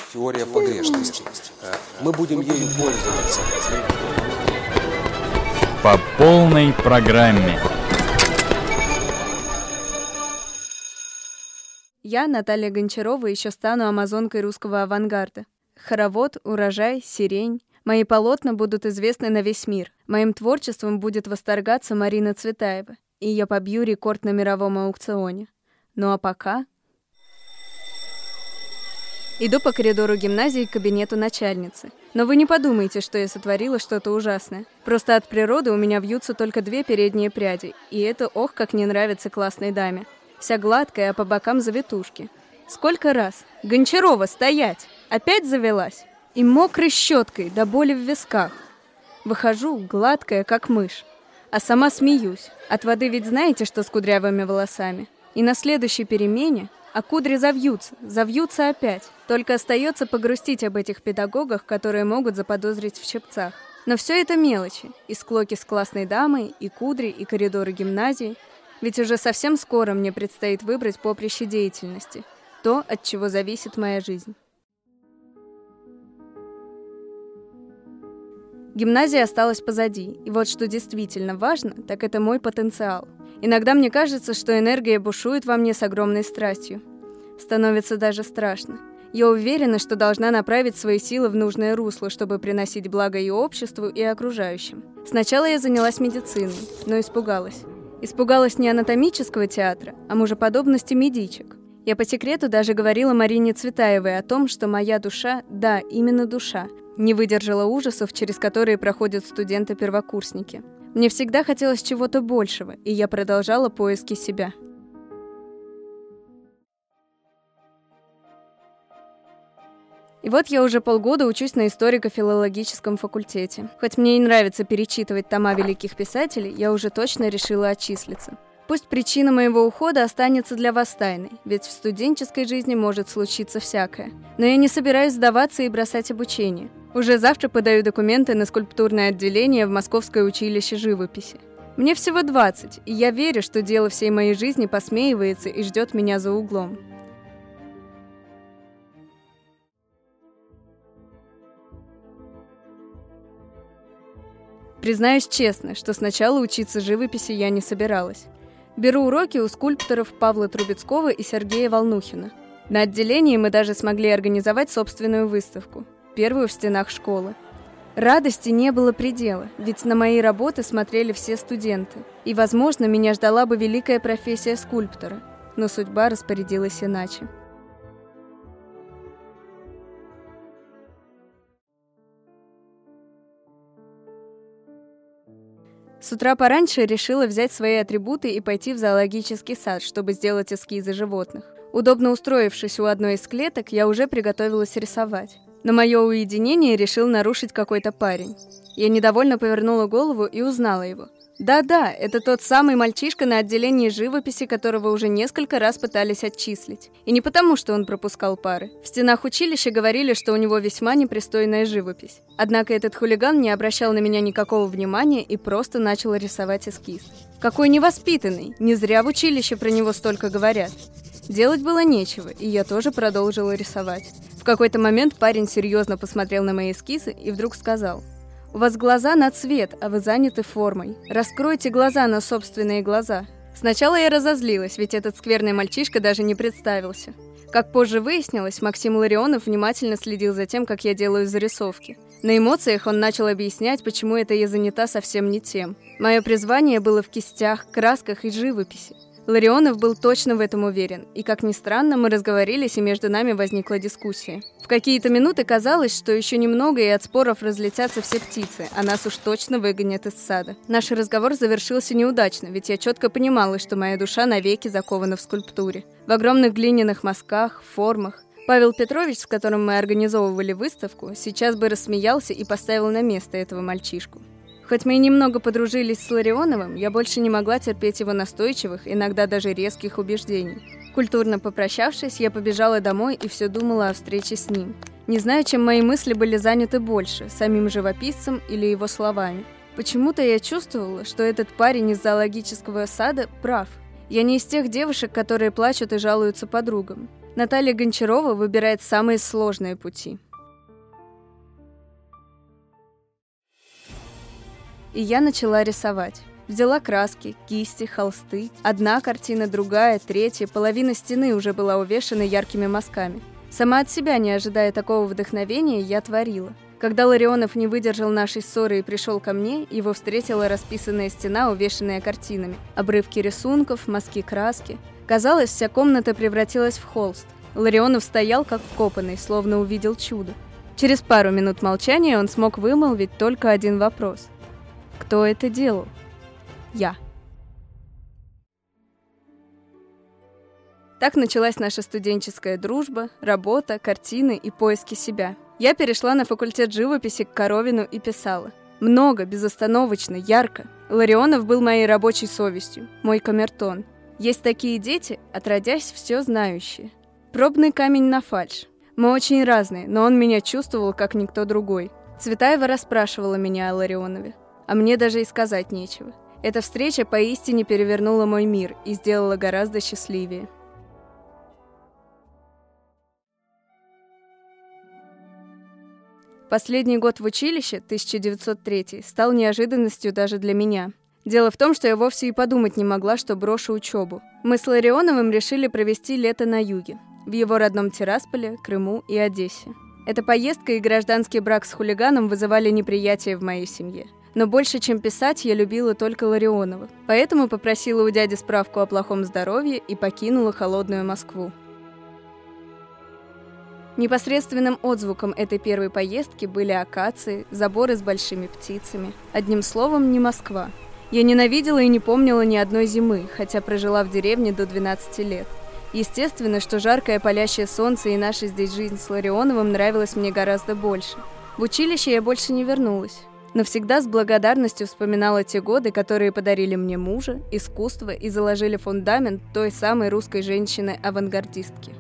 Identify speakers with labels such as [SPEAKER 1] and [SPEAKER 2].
[SPEAKER 1] теория погрешности. Мы будем ею пользоваться.
[SPEAKER 2] По полной программе.
[SPEAKER 3] Я, Наталья Гончарова, еще стану амазонкой русского авангарда. Хоровод, урожай, сирень. Мои полотна будут известны на весь мир. Моим творчеством будет восторгаться Марина Цветаева. И я побью рекорд на мировом аукционе. Ну а пока... Иду по коридору гимназии к кабинету начальницы. Но вы не подумайте, что я сотворила что-то ужасное. Просто от природы у меня вьются только 2 передние пряди. И это ох, как не нравится классной даме. Вся гладкая, а по бокам завитушки. Сколько раз? Гончарова, стоять! Опять завелась? И мокрой щеткой, до боли в висках. Выхожу, гладкая, как мышь. А сама смеюсь. От воды ведь знаете, что с кудрявыми волосами? И на следующей перемене, а кудри завьются опять. Только остается погрустить об этих педагогах, которые могут заподозрить в чепцах. Но все это мелочи. И склоки с классной дамой, и кудри, и коридоры гимназии. Ведь уже совсем скоро мне предстоит выбрать поприще деятельности. То, от чего зависит моя жизнь. Гимназия осталась позади, и вот что действительно важно, так это мой потенциал. Иногда мне кажется, что энергия бушует во мне с огромной страстью. Становится даже страшно. Я уверена, что должна направить свои силы в нужное русло, чтобы приносить благо и обществу, и окружающим. Сначала я занялась медициной, но испугалась. Испугалась не анатомического театра, а мужеподобности медичек. Я по секрету даже говорила Марине Цветаевой о том, что моя душа, да, именно душа, не выдержала ужасов, через которые проходят студенты-первокурсники. Мне всегда хотелось чего-то большего, и я продолжала поиски себя. И вот я уже полгода учусь на историко-филологическом факультете. Хоть мне и нравится перечитывать тома великих писателей, я уже точно решила отчислиться. Пусть причина моего ухода останется для вас тайной, ведь в студенческой жизни может случиться всякое. Но я не собираюсь сдаваться и бросать обучение. Уже завтра подаю документы на скульптурное отделение в Московское училище живописи. Мне всего 20, и я верю, что дело всей моей жизни посмеивается и ждет меня за углом. Признаюсь честно, что сначала учиться живописи я не собиралась. Беру уроки у скульпторов Павла Трубецкого и Сергея Волнухина. На отделении мы даже смогли организовать собственную выставку, первую в стенах школы. Радости не было предела, ведь на мои работы смотрели все студенты. И, возможно, меня ждала бы великая профессия скульптора, но судьба распорядилась иначе. С утра пораньше решила взять свои атрибуты и пойти в зоологический сад, чтобы сделать эскизы животных. Удобно устроившись у одной из клеток, я уже приготовилась рисовать. Но мое уединение решил нарушить какой-то парень. Я недовольно повернула голову и узнала его. Да-да, это тот самый мальчишка на отделении живописи, которого уже несколько раз пытались отчислить. И не потому, что он пропускал пары. В стенах училища говорили, что у него весьма непристойная живопись. Однако этот хулиган не обращал на меня никакого внимания и просто начал рисовать эскиз. Какой невоспитанный, не зря в училище про него столько говорят. Делать было нечего, и я тоже продолжила рисовать. В какой-то момент парень серьезно посмотрел на мои эскизы и вдруг сказал: «У вас глаза на цвет, а вы заняты формой. Раскройте глаза на собственные глаза». Сначала я разозлилась, ведь этот скверный мальчишка даже не представился. Как позже выяснилось, Максим Ларионов внимательно следил за тем, как я делаю зарисовки. На эмоциях он начал объяснять, почему это я занята совсем не тем. Мое призвание было в кистях, красках и живописи. Ларионов был точно в этом уверен, и, как ни странно, мы разговорились, и между нами возникла дискуссия. В какие-то минуты казалось, что еще немного, и от споров разлетятся все птицы, а нас уж точно выгонят из сада. Наш разговор завершился неудачно, ведь я четко понимала, что моя душа навеки закована в скульптуре. В огромных глиняных мазках, формах. Павел Петрович, с которым мы организовывали выставку, сейчас бы рассмеялся и поставил на место этого мальчишку. Хоть мы и немного подружились с Ларионовым, я больше не могла терпеть его настойчивых, иногда даже резких убеждений. Культурно попрощавшись, я побежала домой и все думала о встрече с ним. Не знаю, чем мои мысли были заняты больше, самим живописцем или его словами. Почему-то я чувствовала, что этот парень из зоологического сада прав. Я не из тех девушек, которые плачут и жалуются подругам. Наталья Гончарова выбирает самые сложные пути. И я начала рисовать. Взяла краски, кисти, холсты. Одна картина, другая, третья. Половина стены уже была увешана яркими мазками. Сама от себя, не ожидая такого вдохновения, я творила. Когда Ларионов не выдержал нашей ссоры и пришел ко мне, его встретила расписанная стена, увешанная картинами. Обрывки рисунков, мазки краски. Казалось, вся комната превратилась в холст. Ларионов стоял как вкопанный, словно увидел чудо. Через пару минут молчания он смог вымолвить только один вопрос. Кто это делал? Я. Так началась наша студенческая дружба, работа, картины и поиски себя. Я перешла на факультет живописи к Коровину и писала. Много, безостановочно, ярко. Ларионов был моей рабочей совестью, мой камертон. Есть такие дети, отродясь, все знающие. Пробный камень на фальшь. Мы очень разные, но он меня чувствовал, как никто другой. Цветаева расспрашивала меня о Ларионове, а мне даже и сказать нечего. Эта встреча поистине перевернула мой мир и сделала гораздо счастливее. Последний год в училище, 1903, стал неожиданностью даже для меня. Дело в том, что я вовсе и подумать не могла, что брошу учебу. Мы с Ларионовым решили провести лето на юге, в его родном Тирасполе, Крыму и Одессе. Эта поездка и гражданский брак с хулиганом вызывали неприятие в моей семье. Но больше, чем писать, я любила только Ларионова. Поэтому попросила у дяди справку о плохом здоровье и покинула холодную Москву. Непосредственным отзвуком этой первой поездки были акации, заборы с большими птицами. Одним словом, не Москва. Я ненавидела и не помнила ни одной зимы, хотя прожила в деревне до 12 лет. Естественно, что жаркое палящее солнце и наша здесь жизнь с Ларионовым нравилась мне гораздо больше. В училище я больше не вернулась. Но всегда с благодарностью вспоминала те годы, которые подарили мне мужа, искусство и заложили фундамент той самой русской женщины-авангардистки.